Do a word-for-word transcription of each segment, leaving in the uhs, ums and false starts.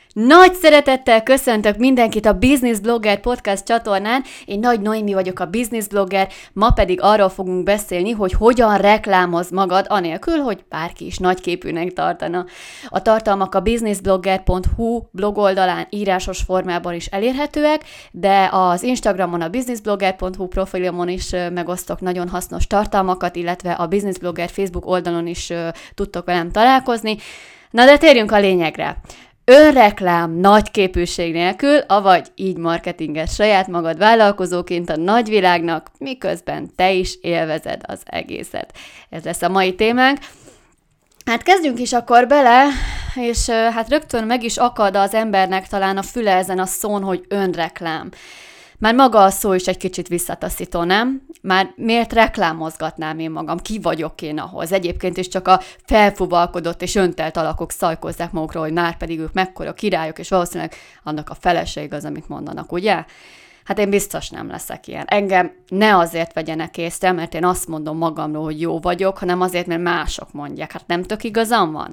Nagy szeretettel köszöntök mindenkit a Business Blogger Podcast csatornán. Én Nagy Noémi vagyok, a Business Blogger, ma pedig arról fogunk beszélni, hogy hogyan reklámozz magad, anélkül, hogy bárki is nagyképűnek tartana. A tartalmak a businessblogger pont hu blog oldalán írásos formában is elérhetőek, de az Instagramon, a businessblogger pont hu profilomon is megosztok nagyon hasznos tartalmakat, illetve a Business Blogger Facebook oldalon is tudtok velem találkozni. Na de térjünk a lényegre. Önreklám nagy képűség nélkül, avagy így marketinges saját magad vállalkozóként a nagyvilágnak, miközben te is élvezed az egészet. Ez lesz a mai témánk. Hát kezdjünk is akkor bele, és hát rögtön meg is akad az embernek talán a füle ezen a szón, hogy önreklám. Már maga a szó is egy kicsit visszataszító, nem? Már miért reklámozgatnám én magam? Ki vagyok én ahhoz? Egyébként is csak a felfuvalkodott és öntelt alakok szajkozzák magukról, hogy már pedig ők mekkora királyok, és valószínűleg annak a feleség az, amit mondanak, ugye? Hát én biztos nem leszek ilyen. Engem ne azért vegyenek észre, mert én azt mondom magamról, hogy jó vagyok, hanem azért, mert mások mondják. Hát nem tök igazam van?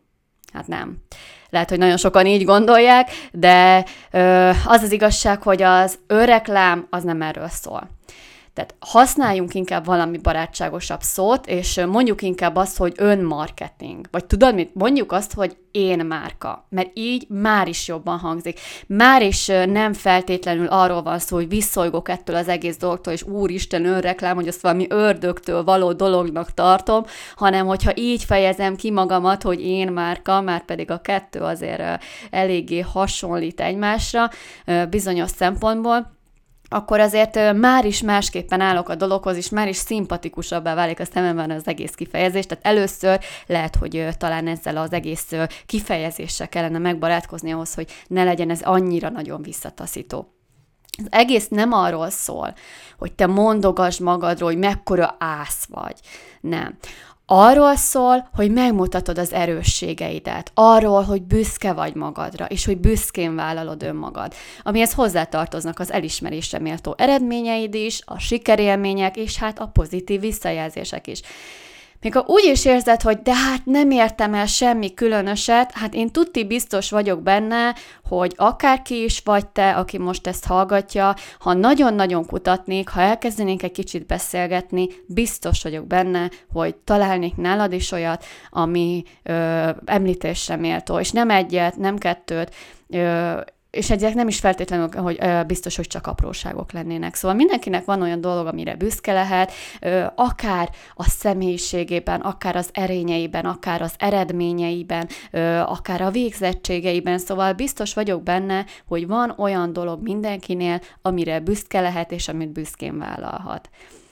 Hát nem. Lehet, hogy nagyon sokan így gondolják, de ö, az az igazság, hogy az önreklám az nem erről szól. Tehát használjunk inkább valami barátságosabb szót, és mondjuk inkább azt, hogy önmarketing. Vagy tudod mit? Mondjuk azt, hogy én márka. Mert így már is jobban hangzik. Már is nem feltétlenül arról van szó, hogy visszolygok ettől az egész dologtól, és úristen önreklám, hogy azt valami ördögtől való dolognak tartom, hanem hogyha így fejezem ki magamat, hogy én márka, már pedig a kettő azért eléggé hasonlít egymásra bizonyos szempontból, akkor azért már is másképpen állok a dologhoz, és már is szimpatikusabbá válik a szememben az egész kifejezés. Tehát először lehet, hogy talán ezzel az egész kifejezéssel kellene megbarátkozni ahhoz, hogy ne legyen ez annyira nagyon visszataszító. Az egész nem arról szól, hogy te mondogasd magadról, hogy mekkora ász vagy. Nem. Arról szól, hogy megmutatod az erősségeidet, arról, hogy büszke vagy magadra, és hogy büszkén vállalod önmagad, amihez hozzátartoznak az elismerésre méltó eredményeid is, a sikerélmények, és hát a pozitív visszajelzések is. Még ha úgy is érzed, hogy de hát nem értem el semmi különöset, hát én tuti biztos vagyok benne, hogy akárki is vagy te, aki most ezt hallgatja, ha nagyon-nagyon kutatnék, ha elkezdenénk egy kicsit beszélgetni, biztos vagyok benne, hogy találnék nálad is olyat, ami ö, említésre méltó, és nem egyet, nem kettőt, ö, és egyek nem is feltétlenül, hogy ö, biztos, hogy csak apróságok lennének. Szóval mindenkinek van olyan dolog, amire büszke lehet, ö, akár a személyiségében, akár az erényeiben, akár az eredményeiben, ö, akár a végzettségeiben. Szóval biztos vagyok benne, hogy van olyan dolog mindenkinél, amire büszke lehet, és amit büszkén vállalhat.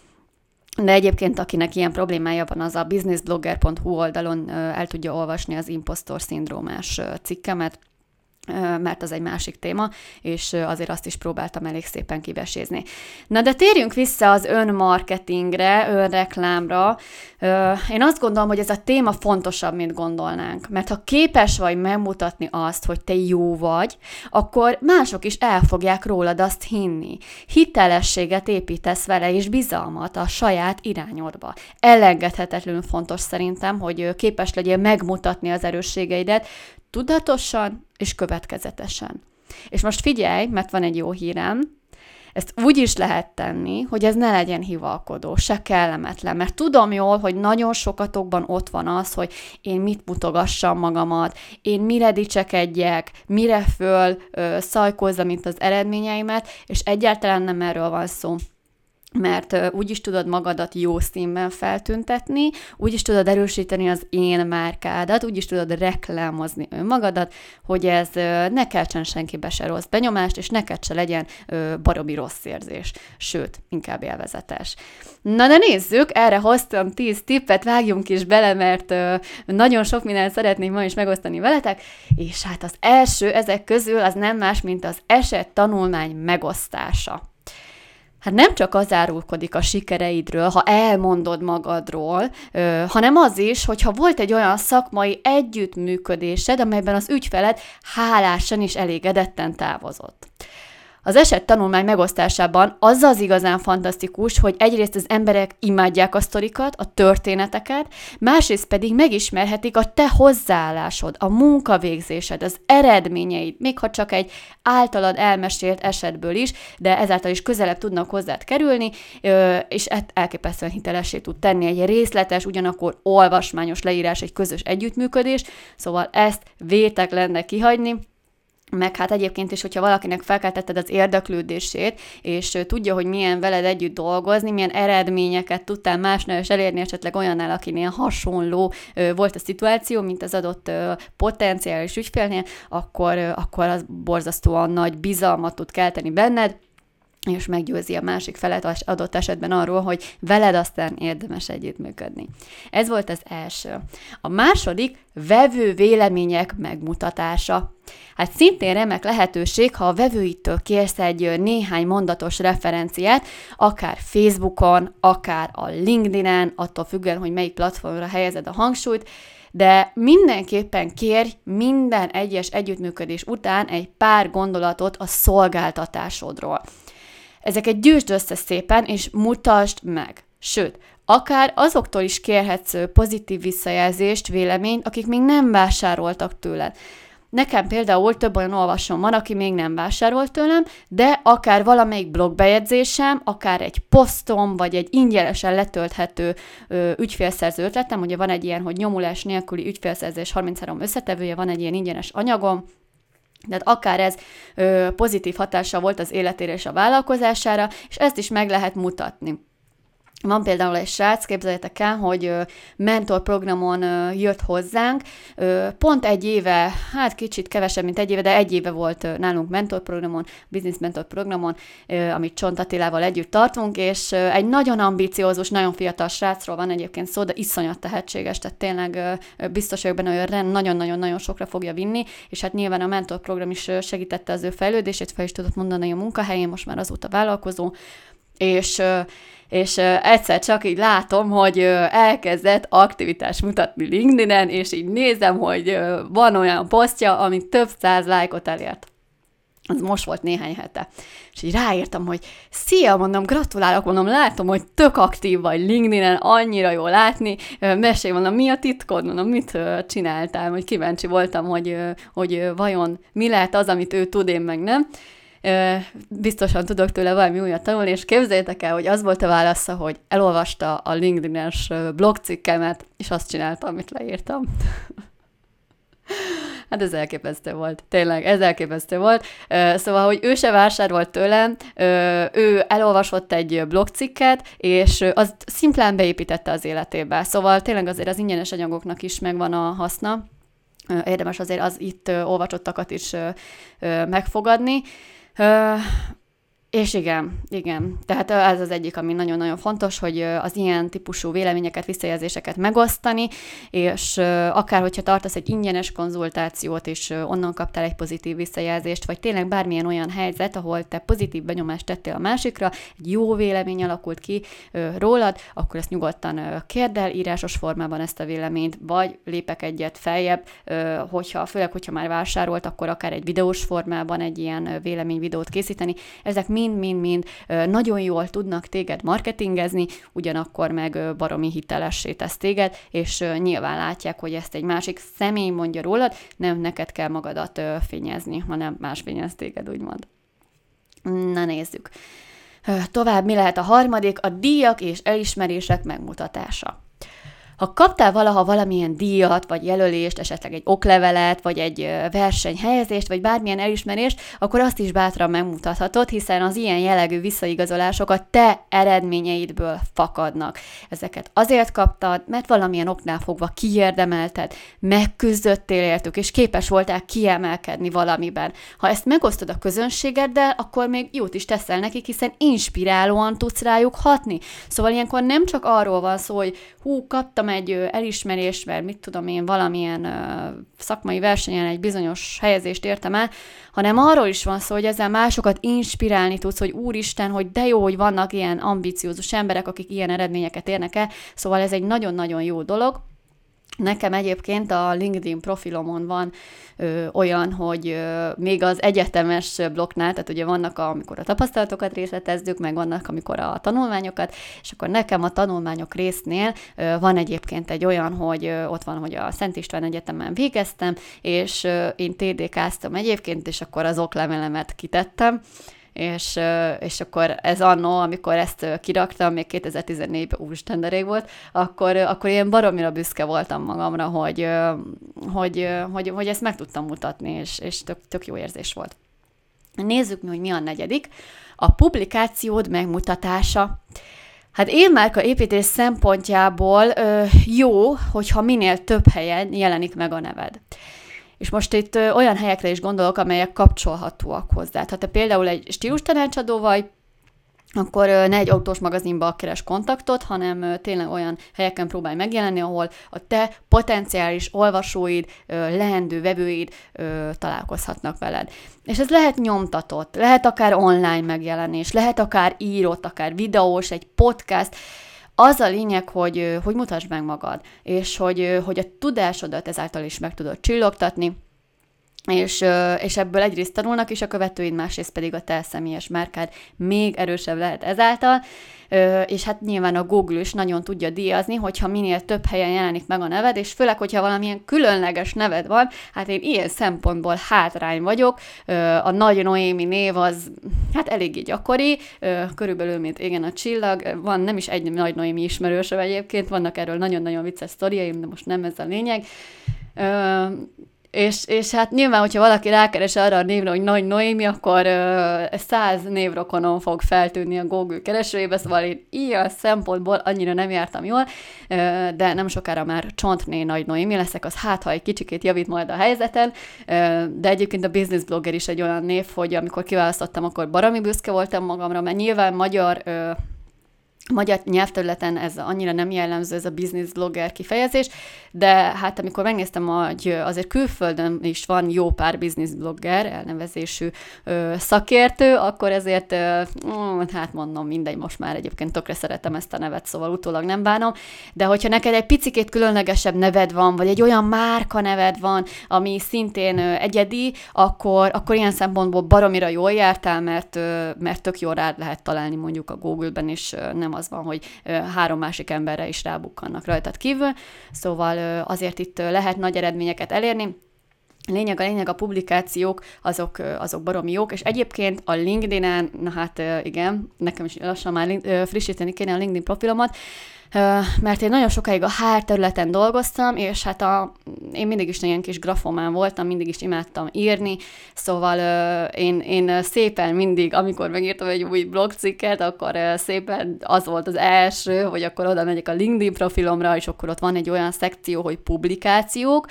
De egyébként, akinek ilyen problémája van, az a businessblogger pont hu oldalon ö, el tudja olvasni az impostor szindrómás ö, cikkemet, mert az egy másik téma, és azért azt is próbáltam elég szépen kivesézni. Na de térjünk vissza az önmarketingre, önreklámra. Én azt gondolom, hogy ez a téma fontosabb, mint gondolnánk, mert ha képes vagy megmutatni azt, hogy te jó vagy, akkor mások is el fogják rólad azt hinni. Hitelességet építesz vele, és bizalmat a saját irányodba. Elengedhetetlenül fontos szerintem, hogy képes legyél megmutatni az erősségeidet, tudatosan és következetesen. És most figyelj, mert van egy jó hírem, ezt úgy is lehet tenni, hogy ez ne legyen hivalkodó, se kellemetlen, mert tudom jól, hogy nagyon sokatokban ott van az, hogy én mit mutogassam magamat, én mire dicsekedjek, mire föl ö, szajkozzam, mint az eredményeimet, és egyáltalán nem erről van szó. Mert uh, úgy is tudod magadat jó színben feltüntetni, úgy is tudod erősíteni az én márkádat, úgy is tudod reklámozni önmagadat, hogy ez uh, ne keltsen senkibe se rossz benyomást, és neked se legyen uh, baromi rossz érzés, sőt, inkább élvezetes. Na de nézzük, erre hoztam tíz tippet, vágjunk is bele, mert uh, nagyon sok mindent szeretnék ma is megosztani veletek, és hát az első ezek közül az nem más, mint az esettanulmány megosztása. Hát nem csak az árulkodik a sikereidről, ha elmondod magadról, ö, hanem az is, hogyha volt egy olyan szakmai együttműködésed, amelyben az ügyfeled hálásan és elégedetten távozott. Az esettanulmány megosztásában az az igazán fantasztikus, hogy egyrészt az emberek imádják a sztorikat, a történeteket, másrészt pedig megismerhetik a te hozzáállásod, a munkavégzésed, az eredményeid, még ha csak egy általad elmesélt esetből is, de ezáltal is közelebb tudnak hozzád kerülni, és elképesztően hitelessé tud tenni egy részletes, ugyanakkor olvasmányos leírás, egy közös együttműködés, szóval ezt vétek lenne kihagyni. Meg hát egyébként is, hogyha valakinek felkeltetted az érdeklődését, és tudja, hogy milyen veled együtt dolgozni, milyen eredményeket tudtál másnál is elérni, esetleg olyannál, akinél hasonló volt a szituáció, mint az adott potenciális ügyfélnél, akkor, akkor az borzasztóan nagy bizalmat tud kelteni benned, és meggyőzi a másik felet adott esetben arról, hogy veled aztán érdemes együttműködni. Ez volt az első. A második, vevő vélemények megmutatása. Hát szintén remek lehetőség, ha a vevőitől kérsz egy néhány mondatos referenciát, akár Facebookon, akár a LinkedInen, attól függően, hogy melyik platformra helyezed a hangsúlyt, de mindenképpen kérj minden egyes együttműködés után egy pár gondolatot a szolgáltatásodról. Ezeket gyűjtsd össze szépen, és mutasd meg. Sőt, akár azoktól is kérhetsz pozitív visszajelzést, véleményt, akik még nem vásároltak tőled. Nekem például több olyan olvasom van, aki még nem vásárolt tőlem, de akár valamelyik blogbejegyzésem, akár egy posztom, vagy egy ingyenesen letölthető ö, ügyfélszerző ötletem, ugye van egy ilyen, hogy nyomulás nélküli ügyfélszerzés harminchárom összetevője, van egy ilyen ingyenes anyagom, tehát akár ez ö, pozitív hatással volt az életére és a vállalkozására, és ezt is meg lehet mutatni. Van például egy srác, képzeljétek el, hogy mentorprogramon jött hozzánk, pont egy éve, hát kicsit kevesebb, mint egy éve, de egy éve volt nálunk mentorprogramon, business mentorprogramon, amit Csont Attilával együtt tartunk, és egy nagyon ambiciózus, nagyon fiatal srácról van egyébként szó, de iszonyat tehetséges, tehát tényleg biztos vagyok benne, hogy nagyon-nagyon-nagyon sokra fogja vinni, és hát nyilván a mentorprogram is segítette az ő fejlődését, fel is tudott mondani a munkahelyén, most már azóta vállalkozó, és és egyszer csak így látom, hogy elkezdett aktivitást mutatni LinkedInen, és így nézem, hogy van olyan posztja, ami több száz lájkot elért. Az most volt néhány hete. És így ráírtam, hogy szia, mondom, gratulálok, mondom, látom, hogy tök aktív vagy LinkedInen, annyira jó látni, mesélj, mondom, mi a titkod, mondom, mit csináltál, hogy kíváncsi voltam, hogy, hogy vajon mi lehet az, amit ő tud, én meg nem. Biztosan tudok tőle valami újat tanulni, és képzeljétek el, hogy az volt a válasza, hogy elolvasta a LinkedIn-es blogcikkemet, és azt csinálta, amit leírtam. Hát ez elképesztő volt. Tényleg, ez elképesztő volt. Szóval, hogy ő se vásárolt tőlem, ő elolvasott egy blogcikket, és azt szimplán beépítette az életébe. Szóval tényleg azért az ingyenes anyagoknak is megvan a haszna. Érdemes azért az itt olvasottakat is megfogadni. Uh, és igen, igen. Tehát ez az egyik, ami nagyon-nagyon fontos, hogy az ilyen típusú véleményeket, visszajelzéseket megosztani, és akár, hogyha tartasz egy ingyenes konzultációt, és onnan kaptál egy pozitív visszajelzést, vagy tényleg bármilyen olyan helyzet, ahol te pozitív benyomást tettél a másikra, egy jó vélemény alakult ki rólad, akkor ezt nyugodtan kérd el írásos formában ezt a véleményt, vagy lépek egyet feljebb, hogyha, főleg, hogyha már vásárolt, akkor akár egy videós formában egy ilyen véleményvideót készíteni. Ezek mind-mind-mind nagyon jól tudnak téged marketingezni, ugyanakkor meg baromi hitelessé tesz téged, és nyilván látják, hogy ezt egy másik személy mondja rólad, nem neked kell magadat fényezni, hanem más fényez téged, úgymond. Na nézzük. Tovább mi lehet a harmadik? A díjak és elismerések megmutatása. Ha kaptál valaha valamilyen díjat, vagy jelölést, esetleg egy oklevelet, vagy egy versenyhelyezést, vagy bármilyen elismerést, akkor azt is bátran megmutathatod, hiszen az ilyen jellegű visszaigazolások a te eredményeidből fakadnak. Ezeket azért kaptad, mert valamilyen oknál fogva kiérdemelted, megküzdöttél értük, és képes voltál kiemelkedni valamiben. Ha ezt megosztod a közönségeddel, akkor még jót is teszel nekik, hiszen inspirálóan tudsz rájuk hatni. Szóval ilyenkor nem csak arról van szó, hogy hú, kaptam egy elismerést, mert mit tudom én, valamilyen uh, szakmai versenyen egy bizonyos helyezést értem el, hanem arról is van szó, hogy ezzel másokat inspirálni tudsz, hogy úristen, hogy de jó, hogy vannak ilyen ambiciózus emberek, akik ilyen eredményeket érnek el, szóval ez egy nagyon-nagyon jó dolog. Nekem egyébként a LinkedIn profilomon van ö, olyan, hogy ö, még az egyetemes blokknál, tehát ugye vannak, a, amikor a tapasztalatokat részletezzük, meg vannak, amikor a tanulmányokat, és akkor nekem a tanulmányok résznél ö, van egyébként egy olyan, hogy ö, ott van, hogy a Szent István Egyetemen végeztem, és ö, én té dé ká-ztam egyébként, és akkor az oklevelemet kitettem, és, és akkor ez annó, amikor ezt kiraktam, még kétezer-tizennégyben, úristen, de rég volt, akkor, akkor ilyen baromira büszke voltam magamra, hogy, hogy, hogy, hogy ezt meg tudtam mutatni, és, és tök, tök jó érzés volt. Nézzük mi, hogy mi a negyedik. A publikációd megmutatása. Hát évmárka építés szempontjából ö, jó, hogyha minél több helyen jelenik meg a neved. És most itt ö, olyan helyekre is gondolok, amelyek kapcsolhatóak hozzá. Ha te például egy stílustanácsadó vagy, akkor ö, ne egy autós magazinba keres kontaktot, hanem ö, tényleg olyan helyeken próbálj megjelenni, ahol a te potenciális olvasóid, ö, leendő vevőid ö, találkozhatnak veled. És ez lehet nyomtatott, lehet akár online megjelenés, lehet akár írott, akár videós, egy podcast. Az a lényeg, hogy, hogy mutasd meg magad, és hogy, hogy a tudásodat ezáltal is meg tudod csillogtatni, és, és ebből egyrészt tanulnak is a követőid, másrészt pedig a te személyes márkád még erősebb lehet ezáltal, és hát nyilván a Google is nagyon tudja díjazni, hogyha minél több helyen jelenik meg a neved, és főleg, hogyha valamilyen különleges neved van, hát én ilyen szempontból hátrány vagyok, a Nagy Noémi név az hát eléggé gyakori, körülbelül, mint igen a csillag, van nem is egy Nagy Noémi ismerősöm egyébként, vannak erről nagyon-nagyon vicces sztoriaim, de most nem ez a lényeg. És, és hát nyilván, hogyha valaki rákeres arra a névre, hogy Nagy Noémi, akkor száz névrokonon fog feltűnni a Google keresőjébe, szóval én ilyen szempontból annyira nem jártam jól, ö, de nem sokára már Csontné Nagy Noémi leszek, az hát, ha egy kicsikét javít majd a helyzeten, ö, de egyébként a business blogger is egy olyan név, hogy amikor kiválasztottam, akkor baromi büszke voltam magamra, mert nyilván magyar... Ö, magyar nyelvterületen ez annyira nem jellemző, ez a business blogger kifejezés, de hát amikor megnéztem, hogy azért külföldön is van jó pár business blogger, elnevezésű ö, szakértő, akkor ezért, ö, hát mondom, mindegy, most már egyébként tökre szeretem ezt a nevet, szóval utólag nem bánom, de hogyha neked egy picikét különlegesebb neved van, vagy egy olyan márka neved van, ami szintén ö, egyedi, akkor, akkor ilyen szempontból baromira jól jártál, mert, ö, mert tök jól rád lehet találni mondjuk a Google-ben is, ö, nem az van, hogy három másik emberre is rábukkannak rajtad kívül, szóval azért itt lehet nagy eredményeket elérni. Lényeg a lényeg, a publikációk, azok, azok baromi jók, és egyébként a LinkedIn-en, na hát igen, nekem is lassan már frissíteni kéne a LinkedIn profilomat, mert én nagyon sokáig a há er területen dolgoztam, és hát a, én mindig is ilyen kis grafomán voltam, mindig is imádtam írni, szóval én, én szépen mindig, amikor megírtam egy új blogcikket, akkor szépen az volt az első, hogy akkor oda megyek a LinkedIn profilomra, és akkor ott van egy olyan szekció, hogy publikációk,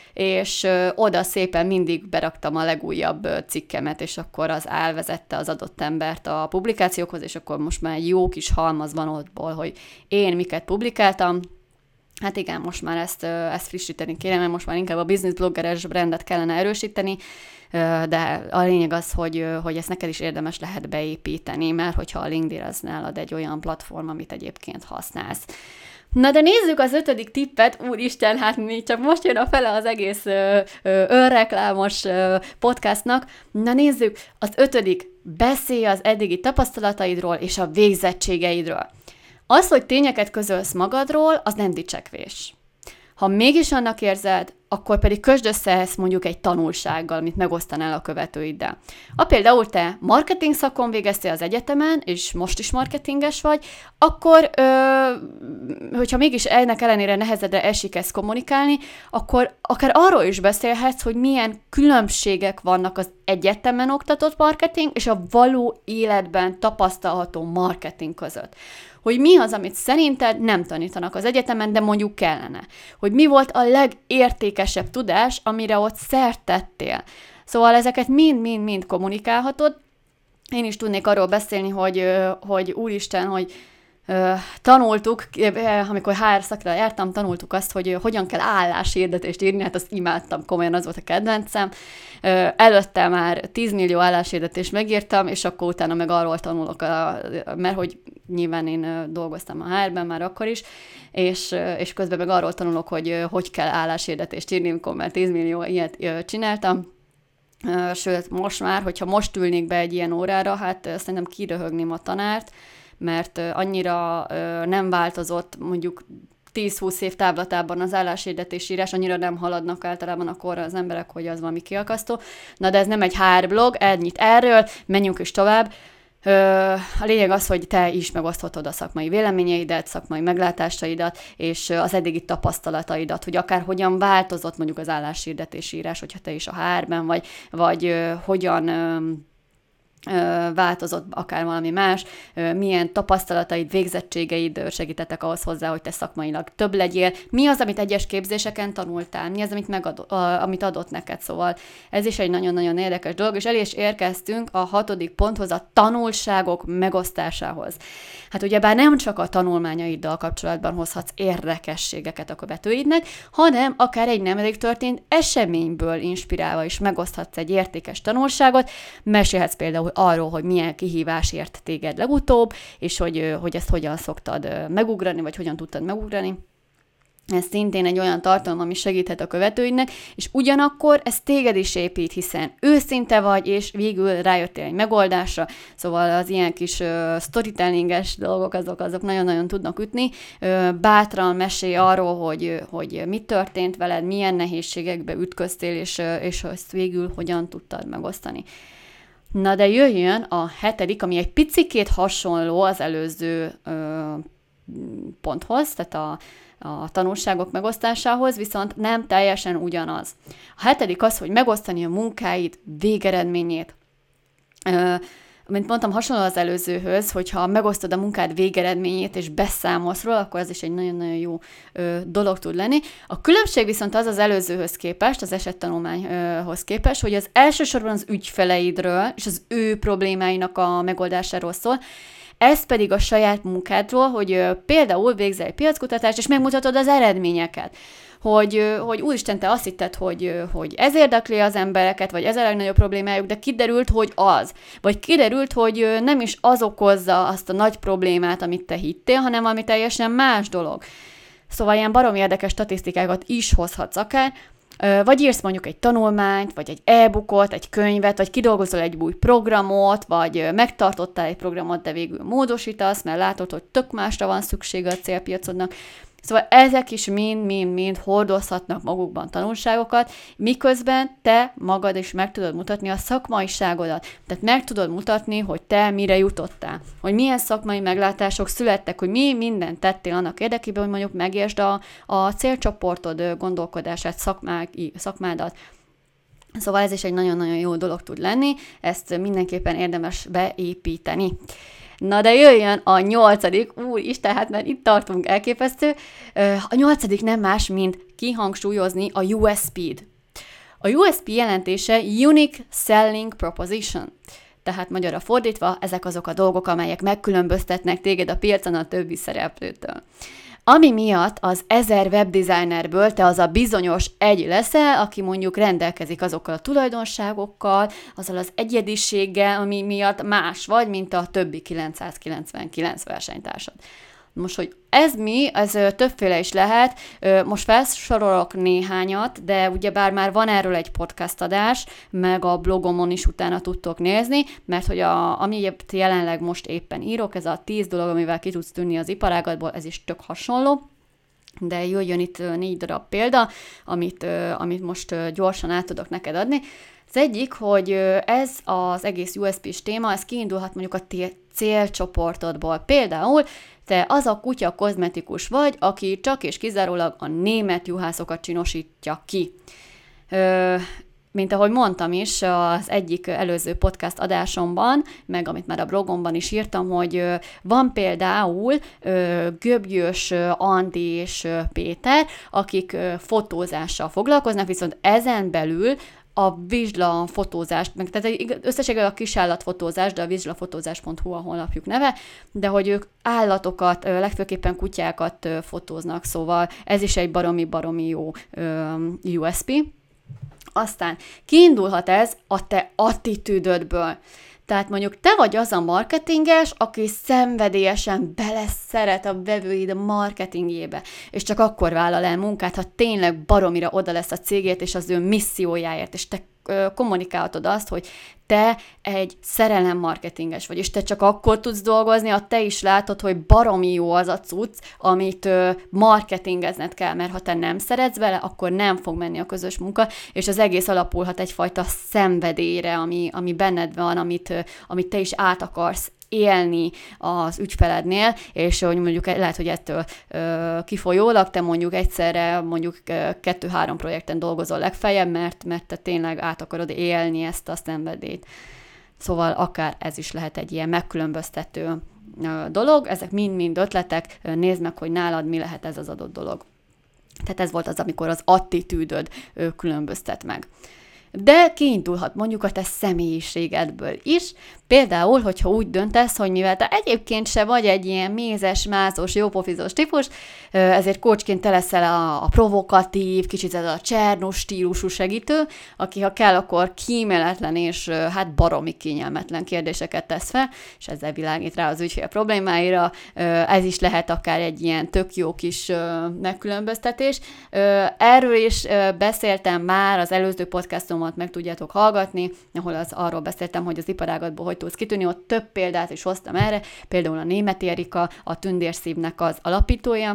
és ö, oda szépen mindig beraktam a legújabb ö, cikkemet, és akkor az elvezette az adott embert a publikációkhoz, és akkor most már egy jó kis halmaz van ottból, hogy én miket publikáltam. Hát igen, most már ezt, ö, ezt frissíteni kéne, mert most már inkább a business bloggeres brandet kellene erősíteni, ö, de a lényeg az, hogy, ö, hogy ezt neked is érdemes lehet beépíteni, mert hogyha a LinkedIn az nálad egy olyan platform, amit egyébként használsz. Na de nézzük az ötödik tippet, úristen, hát mi csak most jön a fele az egész ö, ö, önreklámos ö, podcastnak. Na nézzük, az ötödik, beszélj az eddigi tapasztalataidról és a végzettségeidről. Az, hogy tényeket közölsz magadról, az nem dicsekvés. Ha mégis annak érzed, akkor pedig kösd össze ezt mondjuk egy tanulsággal, amit megosztanál a követőiddel. Ha például te marketing szakon végeztél az egyetemen, és most is marketinges vagy, akkor, ö, hogyha mégis ennek ellenére nehezedre esik ezt kommunikálni, akkor akár arról is beszélhetsz, hogy milyen különbségek vannak az egyetemen oktatott marketing és a való életben tapasztalható marketing között. Hogy mi az, amit szerinted nem tanítanak az egyetemen, de mondjuk kellene. Hogy mi volt a legértékesebb tudás, amire ott szert tettél. Szóval ezeket mind-mind-mind kommunikálhatod. Én is tudnék arról beszélni, hogy, hogy úristen, hogy tanultuk, amikor há er szakra jártam, tanultuk azt, hogy hogyan kell álláshirdetést írni, hát azt imádtam, komolyan az volt a kedvencem. Előtte már tíz millió álláshirdetést megírtam, és akkor utána meg arról tanulok, a, mert hogy nyilván én dolgoztam a há er-ben már akkor is, és, és közben meg arról tanulok, hogy hogy kell álláshirdetést írni, amikor már tíz millió ilyet csináltam. Sőt, most már, hogyha most ülnék be egy ilyen órára, hát szerintem kiröhögném a tanárt, mert annyira nem változott mondjuk tíz-húsz év távlatában az álláshirdetés írás, annyira nem haladnak általában akkor az emberek, hogy az valami kiakasztó. Na de ez nem egy há er blog, ennyit erről, menjünk is tovább. A lényeg az, hogy te is megoszthatod a szakmai véleményeidet, szakmai meglátásaidat, és az eddigi tapasztalataidat, hogy akár hogyan változott mondjuk az álláshirdetés írás, hogyha te is a há er-ben vagy, vagy hogyan változott akár valami más, milyen tapasztalataid, végzettségeid segítettek ahhoz hozzá, hogy te szakmailag több legyél, mi az, amit egyes képzéseken tanultál, mi az, amit, megadott, amit adott neked, szóval ez is egy nagyon-nagyon érdekes dolog, és el is érkeztünk a hatodik ponthoz, a tanulságok megosztásához. Hát ugyebár nem csak a tanulmányaiddal kapcsolatban hozhatsz érdekességeket a követőidnek, hanem akár egy nemrég történt eseményből inspirálva is megoszthatsz egy értékes tanulságot, mesélhetsz például arról, hogy milyen kihívás ért téged legutóbb, és hogy, hogy ezt hogyan szoktad megugrani, vagy hogyan tudtad megugrani. Ez szintén egy olyan tartalom, ami segíthet a követőidnek, és ugyanakkor ez téged is épít, hiszen őszinte vagy, és végül rájöttél egy megoldásra, szóval az ilyen kis uh, storytellinges dolgok, azok, azok nagyon-nagyon tudnak ütni. Uh, bátran mesélj arról, hogy, hogy mi történt veled, milyen nehézségekbe ütköztél, és, uh, és ezt végül hogyan tudtad megosztani. Na de jöjjön a hetedik, ami egy picikét hasonló az előző ö, ponthoz, tehát a, a tanulságok megosztásához, viszont nem teljesen ugyanaz. A hetedik az, hogy megosztani a munkáid végeredményét. Ö, mint mondtam, hasonló az előzőhöz, hogyha megosztod a munkád végeredményét és beszámolsz róla, akkor ez is egy nagyon-nagyon jó ö, dolog tud lenni. A különbség viszont az az előzőhöz képest, az esettanulmányhoz képest, hogy az elsősorban az ügyfeleidről és az ő problémáinak a megoldásáról szól, ez pedig a saját munkádról, hogy ö, például végzel egy piackutatást, és megmutatod az eredményeket. Hogy, hogy úristen, te azt hitted, hogy, hogy ez érdekli az embereket, vagy ez a legnagyobb problémájuk, de kiderült, hogy az. Vagy kiderült, hogy nem is az okozza azt a nagy problémát, amit te hittél, hanem ami teljesen más dolog. Szóval ilyen baromi érdekes statisztikákat is hozhatsz akár, vagy írsz mondjuk egy tanulmányt, vagy egy e-bookot, egy könyvet, vagy kidolgozol egy új programot, vagy megtartottál egy programot, de végül módosítasz, mert látod, hogy tök másra van szüksége a célpiacodnak. Szóval ezek is mind-mind-mind hordozhatnak magukban tanulságokat, miközben te magad is meg tudod mutatni a szakmaiságodat. Tehát meg tudod mutatni, hogy te mire jutottál, hogy milyen szakmai meglátások születtek, hogy mi mindent tettél annak érdekében, hogy mondjuk megértsd a, a célcsoportod gondolkodását, szakmá, szakmádat. Szóval ez is egy nagyon-nagyon jó dolog tud lenni, ezt mindenképpen érdemes beépíteni. Na de jöjjön a nyolcadik, úristen, hát mert itt tartunk, elképesztő. A nyolcadik nem más, mint kihangsúlyozni a u es pé-d. A u es pé jelentése Unique Selling Proposition. Tehát magyarra fordítva, ezek azok a dolgok, amelyek megkülönböztetnek téged a piacon a többi szereplőtől. Ami miatt az ezer webdesignerből te az a bizonyos egy leszel, aki mondjuk rendelkezik azokkal a tulajdonságokkal, azzal az egyediséggel, ami miatt más vagy, mint a többi kilencszázkilencvenkilenc versenytársad. Most, hogy ez mi, ez többféle is lehet, most felsorolok néhányat, de ugyebár már van erről egy podcast adás, meg a blogomon is utána tudtok nézni, mert hogy a, ami jelenleg most éppen írok, ez a tíz dolog, amivel ki tudsz tűnni az iparágatból, ez is tök hasonló, de jöjjön itt négy darab példa, amit, amit most gyorsan át tudok neked adni. Az egyik, hogy ez az egész u es pé-s téma, ez kiindulhat mondjuk a célcsoportodból. Például te az a kutya kozmetikus vagy, aki csak és kizárólag a német juhászokat csinosítja ki. Ö, mint ahogy mondtam is az egyik előző podcast adásomban, meg amit már a blogomban is írtam, hogy van például Göbgyös Andi és Péter, akik fotózással foglalkoznak, viszont ezen belül a vizsla fotózást, meg tehát összességében a kisállatfotózás, de a vizslafotózás pont hu a honlapjuk neve, de hogy ők állatokat, legfőképpen kutyákat fotóznak, szóval ez is egy baromi-baromi jó u es pé. Aztán kiindulhat ez a te attitűdödből. Tehát mondjuk te vagy az a marketinges, aki szenvedélyesen beleszeret a vevőid marketingjébe, és csak akkor vállal el munkát, ha tényleg baromira oda lesz a cégért és az ő missziójáért, és te kommunikálhatod azt, hogy te egy szerelem marketinges vagy, és te csak akkor tudsz dolgozni, ha te is látod, hogy baromi jó az a cucc, amit marketingezned kell, mert ha te nem szeretsz bele, akkor nem fog menni a közös munka, és az egész alapulhat egyfajta szenvedélyre, ami, ami benned van, amit, amit te is át akarsz élni az ügyfelednél, és hogy mondjuk lehet, hogy ettől ö, kifolyólag te mondjuk egyszerre mondjuk kettő-három projekten dolgozol legfeljebb, mert, mert te tényleg át akarod élni ezt a szenvedélyt. Szóval akár ez is lehet egy ilyen megkülönböztető ö, dolog, ezek mind-mind ötletek, nézd meg, hogy nálad mi lehet ez az adott dolog. Tehát ez volt az, amikor az attitűdöd ö, különböztet meg. De kiindulhat mondjuk a te személyiségedből is, például, hogyha úgy döntesz, hogy mivel te egyébként se vagy egy ilyen mézes, mázos, jópofizós típus, ezért coachként te leszel a, a provokatív, kicsit ez a Csernus stílusú segítő, aki ha kell, akkor kíméletlen és hát baromi kényelmetlen kérdéseket tesz fel, és ezzel világít rá az ügyfél problémáira. Ez is lehet akár egy ilyen tök jó kis megkülönböztetés. Erről is beszéltem már, az előző podcastomat meg tudjátok hallgatni, ahol az arról beszéltem, hogy az iparágatból hogy tudsz kitűnni, ott több példát is hoztam erre, például a Németh Erika, a Tündérszívnek az alapítója,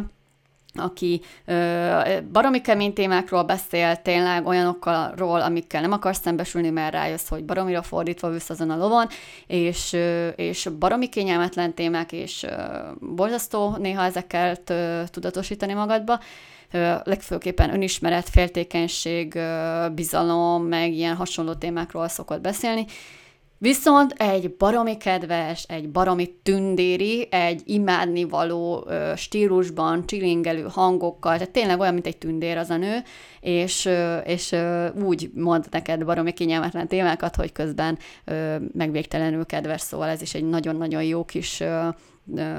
aki ö, baromi kemény témákról beszél, tényleg olyanokról, amikkel nem akarsz szembesülni, mert rájössz, hogy baromira fordítva ülsz azon a lovon, és, ö, és baromi kényelmetlen témák, és ö, borzasztó néha ezekkel ö, tudatosítani magadba. Ö, legfőképpen önismeret, féltékenység, ö, bizalom, meg ilyen hasonló témákról szokott beszélni. Viszont egy baromi kedves, egy baromi tündéri, egy imádnivaló ö, stílusban, csilingelő hangokkal, tehát tényleg olyan, mint egy tündér az a nő, és, ö, és ö, úgy mond neked baromi kényelmetlen témákat, hogy közben ö, megvégtelenül kedves, szóval ez is egy nagyon-nagyon jó kis ö, ö,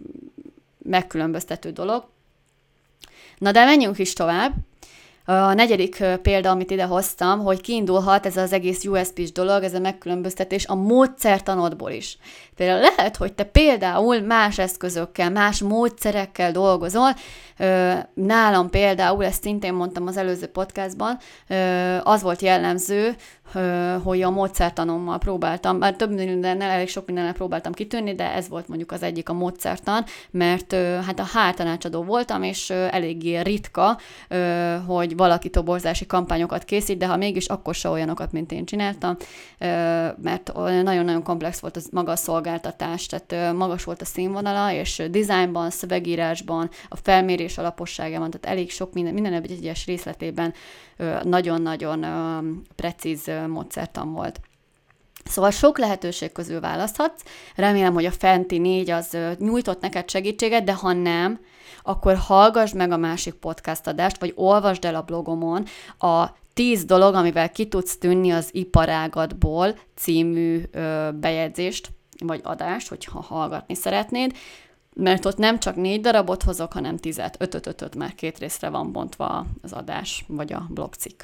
megkülönböztető dolog. Na de menjünk is tovább. A negyedik példa, amit ide hoztam, hogy kiindulhat ez az egész u es pés dolog, ez a megkülönböztetés a módszertanodból is. Például lehet, hogy te például más eszközökkel, más módszerekkel dolgozol. Nálam például, ezt szintén mondtam az előző podcastban, az volt jellemző, hogy a módszertanommal próbáltam, már több mindennel, elég sok mindennel próbáltam kitűnni, de ez volt mondjuk az egyik a módszertan, mert hát a há er tanácsadó voltam, és eléggé ritka, hogy valaki toborzási kampányokat készít, de ha mégis, akkor se olyanokat, mint én csináltam, mert nagyon-nagyon komplex volt az maga a szolgáltatás, tehát magas volt a színvonala, és dizájnban, szövegírásban, a felmérés alaposságában, tehát elég sok minden, minden egyes részletében nagyon-nagyon precíz módszertan volt. Szóval sok lehetőség közül választhatsz. Remélem, hogy a fenti négy az nyújtott neked segítséget, de ha nem, akkor hallgass meg a másik podcast adást, vagy olvasd el a blogomon a tíz dolog, amivel ki tudsz tűnni az iparágatból című ö, bejegyzést, vagy adást, hogyha hallgatni szeretnéd, mert ott nem csak négy darabot hozok, hanem tizet, ötöt, ötöt, már két részre van bontva az adás, vagy a blogcikk.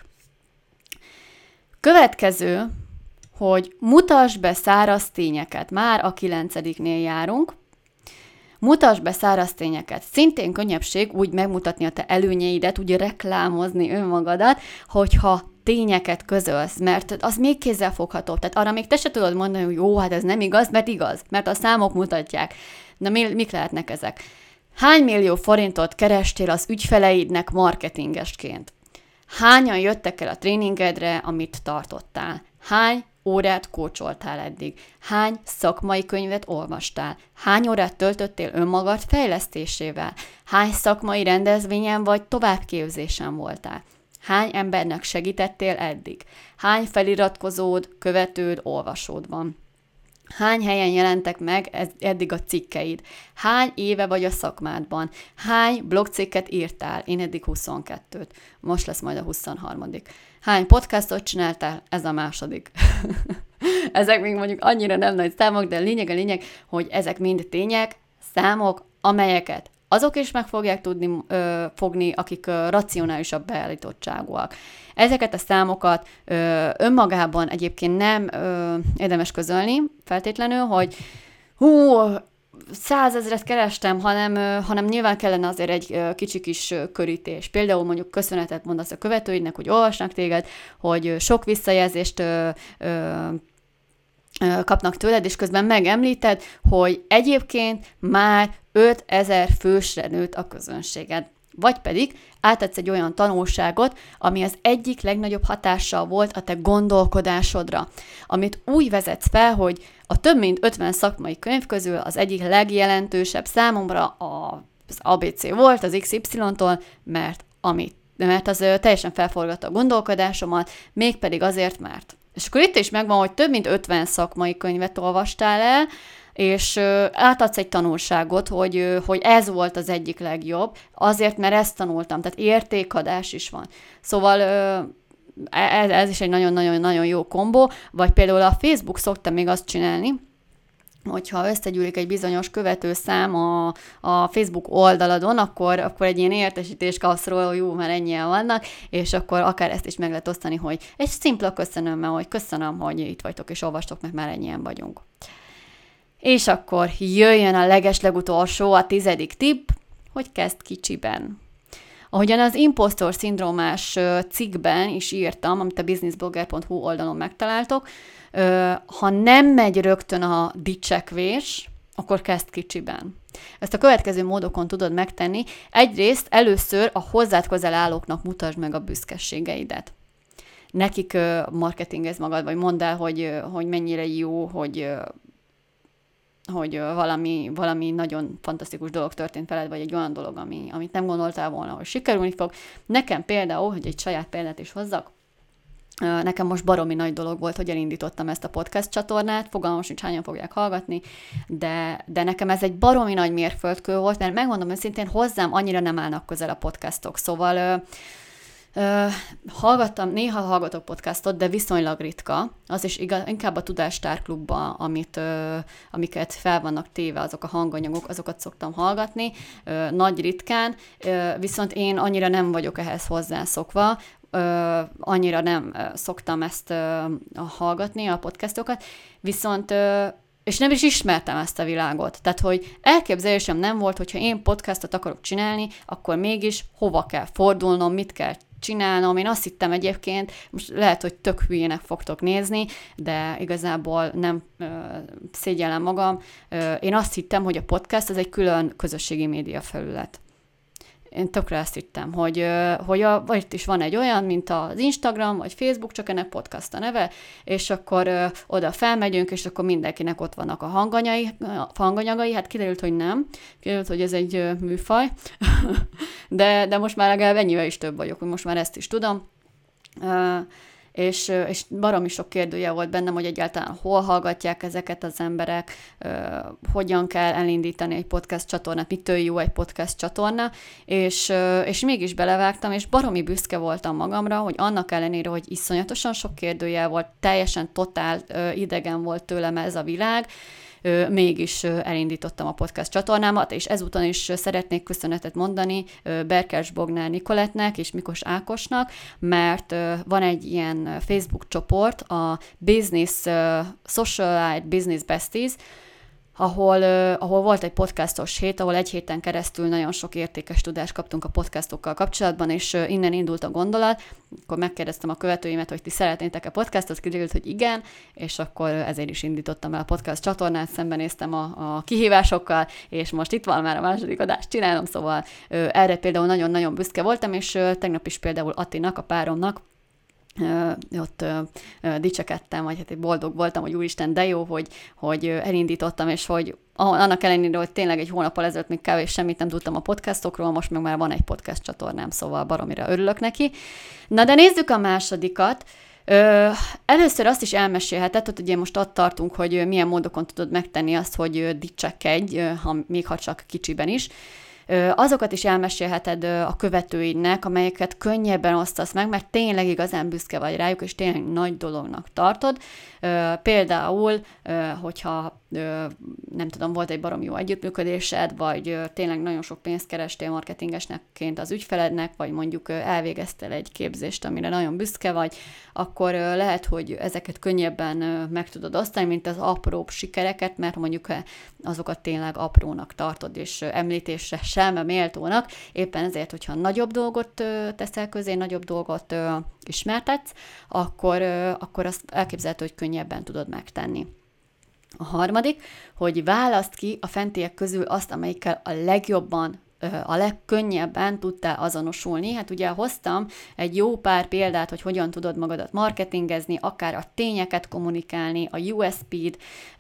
Következő, hogy mutasd be száraz tényeket. Már a kilencediknél járunk. Mutasd be száraz tényeket. Szintén könnyebbség úgy megmutatni a te előnyeidet, úgy reklámozni önmagadat, hogyha tényeket közölsz, mert az még kézzelfogható. Tehát arra még te se tudod mondani, hogy jó, hát ez nem igaz, mert igaz, mert a számok mutatják. Na mi, mik lehetnek ezek? Hány millió forintot kerestél az ügyfeleidnek marketingesként? Hányan jöttek el a tréningedre, amit tartottál? Hány órát kócsoltál eddig? Hány szakmai könyvet olvastál? Hány órát töltöttél önmagad fejlesztésével? Hány szakmai rendezvényen vagy továbbképzésen voltál? Hány embernek segítettél eddig? Hány feliratkozód, követőd, olvasód van? Hány helyen jelentek meg ez, eddig a cikkeid? Hány éve vagy a szakmádban? Hány blogcikket írtál? Én eddig huszonkettőt. Most lesz majd a huszonharmadik. Hány podcastot csináltál? Ez a második. Ezek még mondjuk annyira nem nagy számok, de a lényeg a lényeg, hogy ezek mind tények, számok, amelyeket azok is meg fogják tudni ö, fogni, akik ö, racionálisabb beállítottságúak. Ezeket a számokat ö, önmagában egyébként nem ö, érdemes közölni feltétlenül, hogy hú, százezret kerestem, hanem, ö, hanem nyilván kellene azért egy ö, kicsi kis ö, körítés. Például mondjuk köszönetet mondasz a követőidnek, hogy olvasnak téged, hogy ö, sok visszajelzést ö, ö, kapnak tőled, és közben megemlíted, hogy egyébként már ötezer fősre nőtt a közönséged. Vagy pedig átadsz egy olyan tanulságot, ami az egyik legnagyobb hatással volt a te gondolkodásodra, amit úgy vezetsz fel, hogy a több mint ötven szakmai könyv közül az egyik legjelentősebb számomra az á bé cé volt, az iksz ipszilon-tól, mert, amit, mert az teljesen felforgatta a gondolkodásomat, mégpedig azért, mert. És akkor itt is megvan, hogy több mint ötven szakmai könyvet olvastál el, és ö, átadsz egy tanulságot, hogy, ö, hogy ez volt az egyik legjobb, azért, mert ezt tanultam, tehát értékadás is van. Szóval ö, ez, ez is egy nagyon-nagyon-nagyon jó kombó, vagy például a Facebook szokta még azt csinálni, hogyha összegyűlik egy bizonyos követőszám a, a Facebook oldaladon, akkor, akkor egy ilyen értesítést kapsz róla, hogy jó, már ennyien vannak, és akkor akár ezt is meg lehet osztani, hogy egy szimpla köszönömmel, hogy köszönöm, hogy itt vagytok és olvastok, mert már ennyien vagyunk. És akkor jöjjön a legeslegutolsó, a tizedik tipp, hogy kezd kicsiben. Ahogyan az impostor szindrómás cikkben is írtam, amit a businessblogger pont hu oldalon megtaláltok, ha nem megy rögtön a dicsekvés, akkor kezd kicsiben. Ezt a következő módokon tudod megtenni. Egyrészt először a hozzád közel állóknak mutasd meg a büszkeségeidet. Nekik marketingezz magad, vagy mondd el, hogy, hogy mennyire jó, hogy hogy valami, valami nagyon fantasztikus dolog történt veled, vagy egy olyan dolog, ami, amit nem gondoltál volna, hogy sikerülni fog. Nekem például, hogy egy saját példát is hozzak, nekem most baromi nagy dolog volt, hogy elindítottam ezt a podcast csatornát, fogalmam sincs, hányan fogják hallgatni, de, de nekem ez egy baromi nagy mérföldkő volt, mert megmondom őszintén, hozzám annyira nem állnak közel a podcastok, szóval Uh, hallgattam, néha hallgatok podcastot, de viszonylag ritka. Az is igaz, inkább a Tudástárklubban, amit, uh, amiket fel vannak téve, azok a hanganyagok, azokat szoktam hallgatni, uh, nagy ritkán, uh, viszont én annyira nem vagyok ehhez hozzászokva, uh, annyira nem uh, szoktam ezt uh, hallgatni, a podcastokat, viszont uh, és nem is ismertem ezt a világot. Tehát, hogy elképzelésem nem volt, hogyha én podcastot akarok csinálni, akkor mégis hova kell fordulnom, mit kell csinálnom. Én azt hittem egyébként, most lehet, hogy tök hülyének fogtok nézni, de igazából nem ö, szégyellem magam. Ö, én azt hittem, hogy a podcast az egy külön közösségi média felület. Én tökre ezt hittem, hogy, hogy a, vagy itt is van egy olyan, mint az Instagram, vagy Facebook, csak ennek podcast a neve, és akkor ö, oda felmegyünk, és akkor mindenkinek ott vannak a hanganyagai, a hanganyagai, hát kiderült, hogy nem, kiderült, hogy ez egy ö, műfaj, de, de most már legalább ennyivel is több vagyok, hogy most már ezt is tudom. Ö, És, és baromi sok kérdője volt bennem, hogy egyáltalán hol hallgatják ezeket az emberek, hogyan kell elindítani egy podcast csatornát, mitől jó egy podcast csatorna, és, és mégis belevágtam, és baromi büszke voltam magamra, hogy annak ellenére, hogy iszonyatosan sok kérdője volt, teljesen totál idegen volt tőlem ez a világ, mégis elindítottam a podcast csatornámat, és ezúton is szeretnék köszönetet mondani Berkes Bognár Nikolettnek és Mikos Ákosnak, mert van egy ilyen Facebook csoport, a Business Socialite Business Besties, ahol, uh, ahol volt egy podcastos hét, ahol egy héten keresztül nagyon sok értékes tudást kaptunk a podcastokkal kapcsolatban, és uh, innen indult a gondolat. Akkor megkérdeztem a követőimet, hogy ti szeretnétek-e podcastot, kiderült, hogy igen, és akkor ezért is indítottam el a podcast csatornát, szembenéztem a, a kihívásokkal, és most itt van már a második adást csinálom, szóval uh, erre például nagyon-nagyon büszke voltam, és uh, tegnap is például Attinak, a páromnak, Uh, ott uh, uh, dicsekedtem, vagy hát boldog voltam, hogy úristen, de jó, hogy, hogy uh, elindítottam, és hogy annak ellenére, hogy tényleg egy hónappal ezelőtt még kevés semmit nem tudtam a podcastokról, most meg már van egy podcast csatornám, szóval baromira örülök neki. Na de nézzük a másodikat, Ö, először azt is elmesélheted, hogy ugye most ott tartunk, hogy milyen módokon tudod megtenni azt, hogy dicsekedj, ha, még ha csak kicsiben is. Ö, azokat is elmesélheted a követőidnek, amelyeket könnyebben osztasz meg, mert tényleg igazán büszke vagy rájuk, és tényleg nagy dolognak tartod. Ö, például, ö, hogyha ö, nem tudom, volt egy baromi jó együttműködésed, vagy ö, tényleg nagyon sok pénzt kerestél marketingesneként az ügyfelednek, vagy mondjuk ö, elvégeztél egy képzést, amire nagyon büszke vagy, akkor ö, lehet, hogy ezeket könnyebben ö, meg tudod osztani, mint az apróbb sikereket, mert mondjuk ö, azokat tényleg aprónak tartod, és ö, említésre sem méltónak, éppen ezért, hogyha nagyobb dolgot ö, teszel közé, nagyobb dolgot ö, ismertetsz, akkor, ö, akkor azt elképzelhető, hogy könnyebben tudod megtenni. A harmadik, hogy válaszd ki a fentiek közül azt, amelyikkel a legjobban, a legkönnyebben tudtál azonosulni. Hát ugye hoztam egy jó pár példát, hogy hogyan tudod magadat marketingezni, akár a tényeket kommunikálni, a u es pé-d,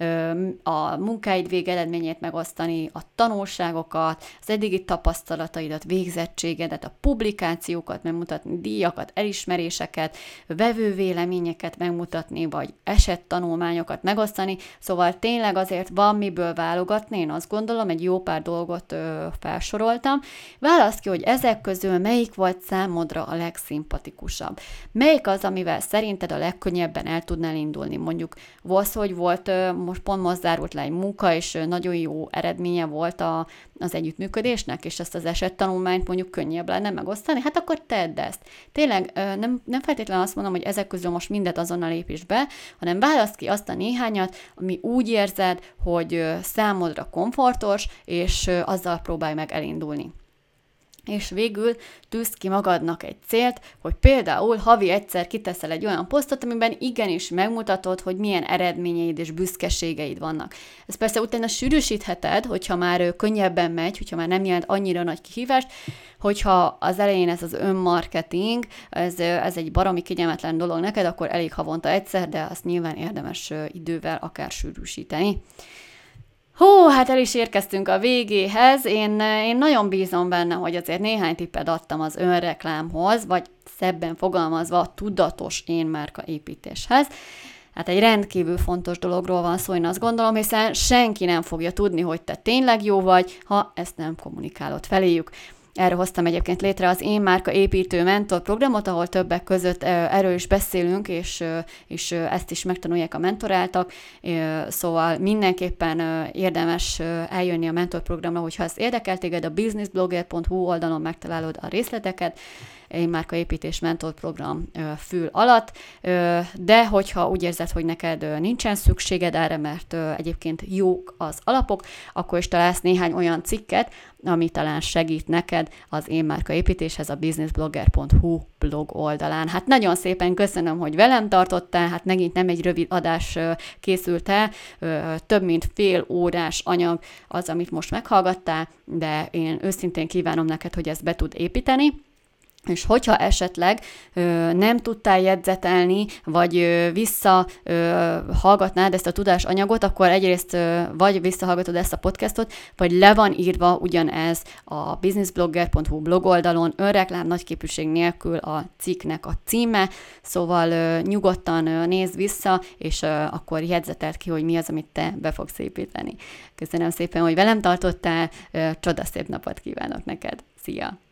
a munkáid végeredményét megosztani, a tanulságokat, az eddigi tapasztalataidat, végzettségedet, a publikációkat megmutatni, díjakat, elismeréseket, vevővéleményeket megmutatni, vagy esettanulmányokat megosztani. Szóval tényleg azért van miből válogatni, én azt gondolom, egy jó pár dolgot felsorol. Válaszd ki, hogy ezek közül melyik volt számodra a legszimpatikusabb. Melyik az, amivel szerinted a legkönnyebben el tudnál indulni? Mondjuk volt, hogy volt, most pont most zárult le egy munka, és nagyon jó eredménye volt a, az együttműködésnek, és ezt az esettanulmányt mondjuk könnyebb lenne megosztani, hát akkor tedd ezt. Tényleg nem, nem feltétlenül azt mondom, hogy ezek közül most mindet azonnal építs be, hanem válaszd ki azt a néhányat, ami úgy érzed, hogy számodra komfortos, és azzal próbálj meg elindulni. És végül tűzd ki magadnak egy célt, hogy például havi egyszer kiteszel egy olyan posztot, amiben igenis megmutatod, hogy milyen eredményeid és büszkeségeid vannak. Ezt persze utána sűrűsítheted, hogyha már könnyebben megy, hogyha már nem jelent annyira nagy kihívást, hogyha az elején ez az önmarketing, ez, ez egy baromi kényelmetlen dolog neked, akkor elég havonta egyszer, de azt nyilván érdemes idővel akár sűrűsíteni. Hú, hát el is érkeztünk a végéhez. Én, én nagyon bízom benne, hogy azért néhány tippet adtam az önreklámhoz, vagy szebben fogalmazva a tudatos énmárka építéshez. Hát egy rendkívül fontos dologról van szó, én azt gondolom, hiszen senki nem fogja tudni, hogy te tényleg jó vagy, ha ezt nem kommunikálod feléjük. Erre hoztam egyébként létre az Én Márka Építő Mentor programot, ahol többek között erről is beszélünk, és, és ezt is megtanulják a mentoráltak, szóval mindenképpen érdemes eljönni a mentorprogramra, hogyha ezt érdekel téged, a businessblogger pont hu oldalon megtalálod a részleteket, Én Márka Építés Mentor program fül alatt, de hogyha úgy érzed, hogy neked nincsen szükséged erre, mert egyébként jók az alapok, akkor is találsz néhány olyan cikket, ami talán segít neked az Én Márka Építéshez a businessblogger pont hu blog oldalán. Hát nagyon szépen köszönöm, hogy velem tartottál, hát megint nem egy rövid adás készült el, több mint fél órás anyag az, amit most meghallgattál, de én őszintén kívánom neked, hogy ezt be tud építeni. És hogyha esetleg ö, nem tudtál jegyzetelni, vagy ö, visszahallgatnád ezt a tudásanyagot, akkor egyrészt ö, vagy visszahallgatod ezt a podcastot, vagy le van írva ugyanez a businessblogger pont hu blog oldalon, önreklám nagyképűség nélkül a cikknek a címe, szóval ö, nyugodtan ö, nézd vissza, és ö, akkor jegyzeteld ki, hogy mi az, amit te be fogsz építeni. Köszönöm szépen, hogy velem tartottál, ö, csodaszép napot kívánok neked. Szia!